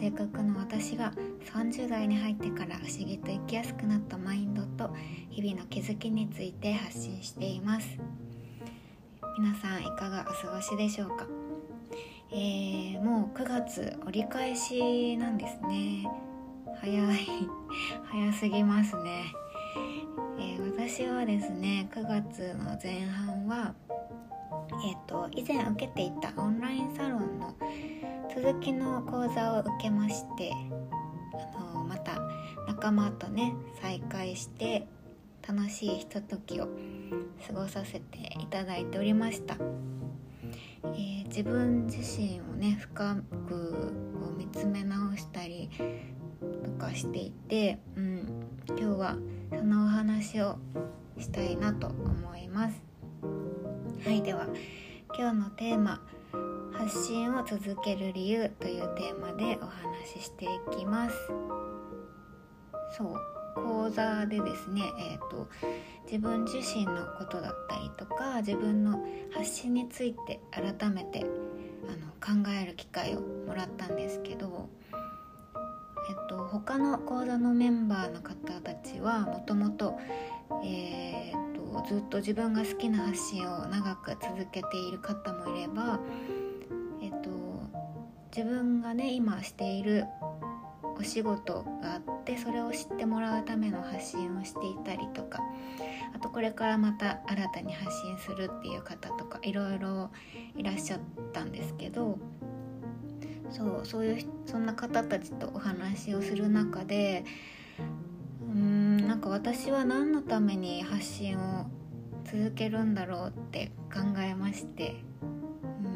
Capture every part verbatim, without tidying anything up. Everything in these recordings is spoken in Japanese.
性格の私がさんじゅう代に入ってから不思議と生きやすくなったマインドと日々の気づきについて発信しています。皆さんいかがお過ごしでしょうか。えー、もうくがつ折り返しなんですね。早い早すぎますね。えー、私はですねくがつの前半は、えー、と以前受けていたオンラインサロンの続きの講座を受けまして、あのまた仲間とね再会して楽しいひとときを過ごさせていただいておりました。えー、自分自身をね深くこう見つめ直したりとかしていて、うん、今日はそのお話をしたいなと思います。はい、では今日のテーマ、発信を続ける理由というテーマでお話ししていきます。そう講座でですね、えーと、自分自身のことだったりとか自分の発信について改めてあの考える機会をもらったんですけど、えっと、他の講座のメンバーの方たちはもともとずっと自分が好きな発信を長く続けている方もいれば、えっと、自分がね今しているお仕事があってそれを知ってもらうための発信をしていたりとか、あとこれからまた新たに発信するっていう方とかいろいろいらっしゃったんですけど、そうそういうそんな方たちとお話をする中で、うーんなんか私は何のために発信を続けるんだろうって考えまして、うん、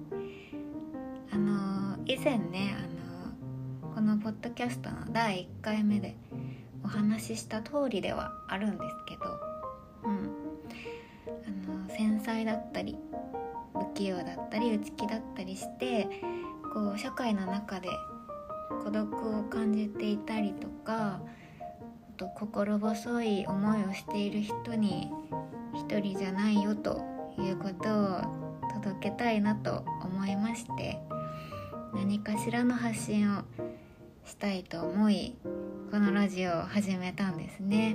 あの以前ねあのこのポッドキャストのだいいっかいめでお話しした通りではあるんですけど、うん、あの繊細だったり不器用だったり内気だったりしてこう社会の中で孤独を感じていたりとか、あと心細い思いをしている人に一人じゃないよということを届けたいなと思いまして、何かしらの発信をしたいと思いこのラジオを始めたんですね。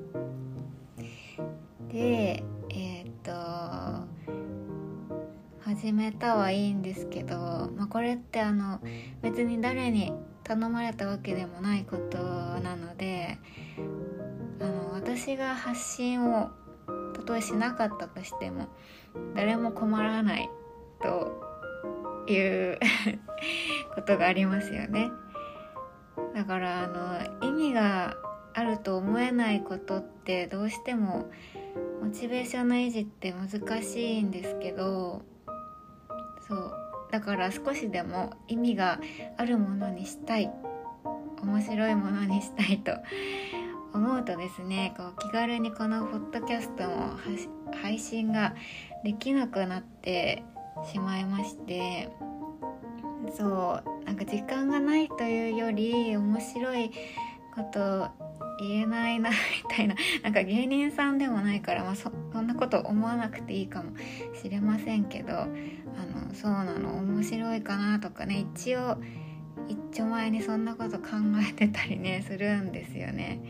でえー、っと始めたはいいんですけど、まあ、これってあの別に誰に頼まれたわけでもないことなので、あの私が発信をたとえしなかったとしても誰も困らないということがありますよね。だからあの意味があると思えないことってどうしてもモチベーションの維持って難しいんですけど、そうだから少しでも意味があるものにしたい、面白いものにしたいと思うとですね、こう気軽にこのポッドキャストも配信ができなくなってしまいまして、そうなんか時間がないというより面白いこと言えないなみたいな、なんか芸人さんでもないから、まあ、そ, そんなこと思わなくていいかもしれませんけど、あのそうなの面白いかなとかね、一応一丁前にそんなこと考えてたりねするんですよね。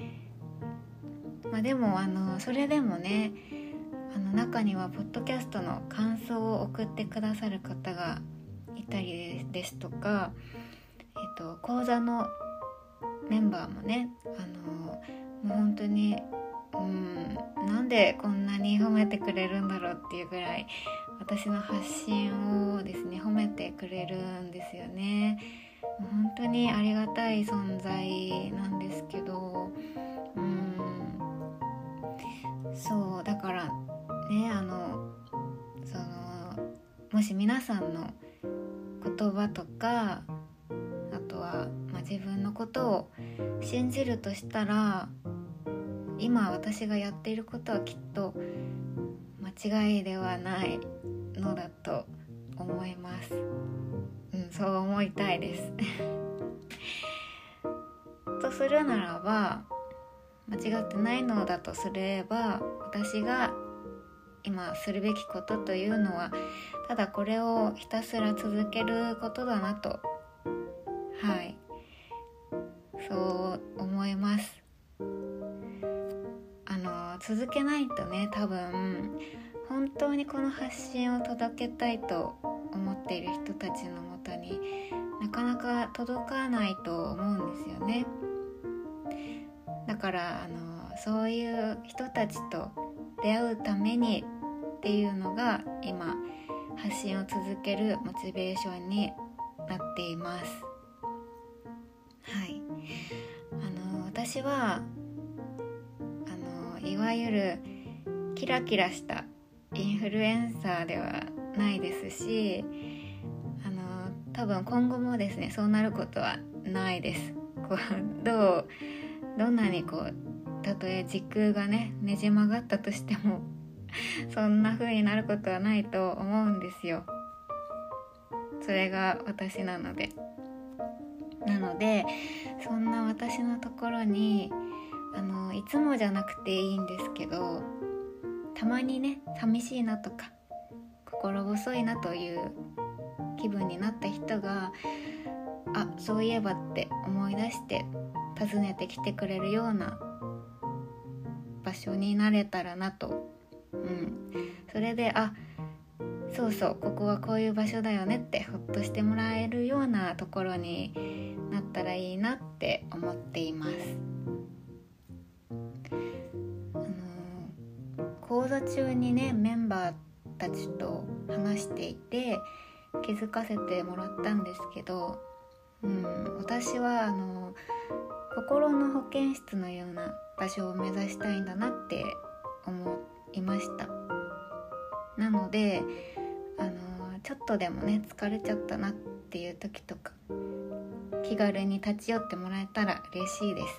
まあ、でもあのそれでもね、あの中にはポッドキャストの感想を送ってくださる方がいたりですとか、えっと、講座のメンバーもね、あのもう本当にうんなんでこんなに褒めてくれるんだろうっていうぐらい私の発信をですね褒めてくれるんですよね。もう本当にありがたい存在なんですけど、うんそうだからね、あのそのもし皆さんの言葉とかあとは、まあ、自分のことを信じるとしたら、今私がやっていることはきっと間違いではないのだと思います。うん、そう思いたいですとするならば、間違ってないのだとすれば、私が今するべきことというのはただこれをひたすら続けることだなと、は続けないとね、多分本当にこの発信を届けたいと思っている人たちのもとになかなか届かないと思うんですよね。だからあのそういう人たちと出会うためにっていうのが今発信を続けるモチベーションになっています。はい、あの私はあのいわゆるキラキラしたインフルエンサーではないですし、あの多分今後もですねそうなることはないです。こうどうどんなにこうたとえ時空がねねじ曲がったとしてもそんな風になることはないと思うんですよ。それが私なのでなのでそんな私のところにあのいつもじゃなくていいんですけど、たまにね寂しいなとか心細いなという気分になった人が、あ、そういえばって思い出して訪ねてきてくれるような場所になれたらなと、うん、それであ、そうそうここはこういう場所だよねってほっとしてもらえるようなところになったらいいなって思っています。あの講座中にねメンバーたちと話していて気づかせてもらったんですけど、うん、私はあの心の保健室のような場所を目指したいんだなって思いました。なのであのちょっとでもね疲れちゃったなっていう時とか気軽に立ち寄ってもらえたら嬉しいです。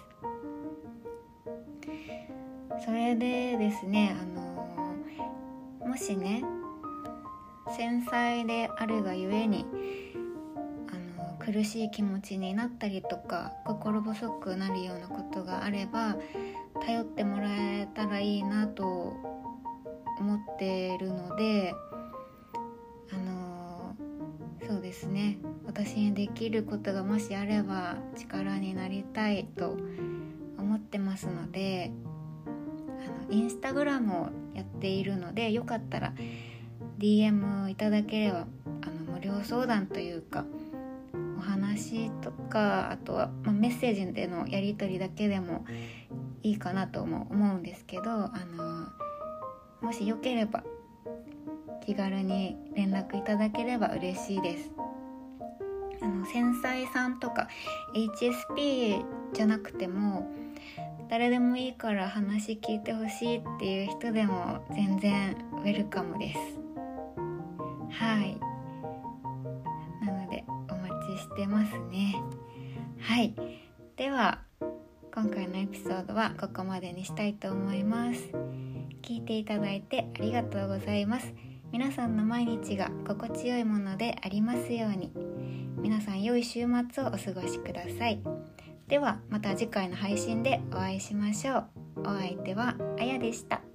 それでですね、あのもしね繊細であるがゆえにあの苦しい気持ちになったりとか心細くなるようなことがあれば頼ってもらえたらいいなと思っているので、あのそうですね、私にできることがもしあれば力になりたいと思ってますので、あのインスタグラムをやっているのでよかったら ディーエム いただければあの無料相談というかお話とか、あとは、まあ、メッセージでのやり取りだけでもいいかなとも思うんですけど、あのもしよければ気軽に連絡いただければ嬉しいです。あの繊細さんとか エイチエスピー じゃなくても誰でもいいから話聞いてほしいっていう人でも全然ウェルカムです。はい、なのでお待ちしてますね。はい、では今回のエピソードはここまでにしたいと思います。聞いていただいてありがとうございます。皆さんの毎日が心地よいものでありますように。皆さん良い週末をお過ごしください。ではまた次回の配信でお会いしましょう。お相手はあやでした。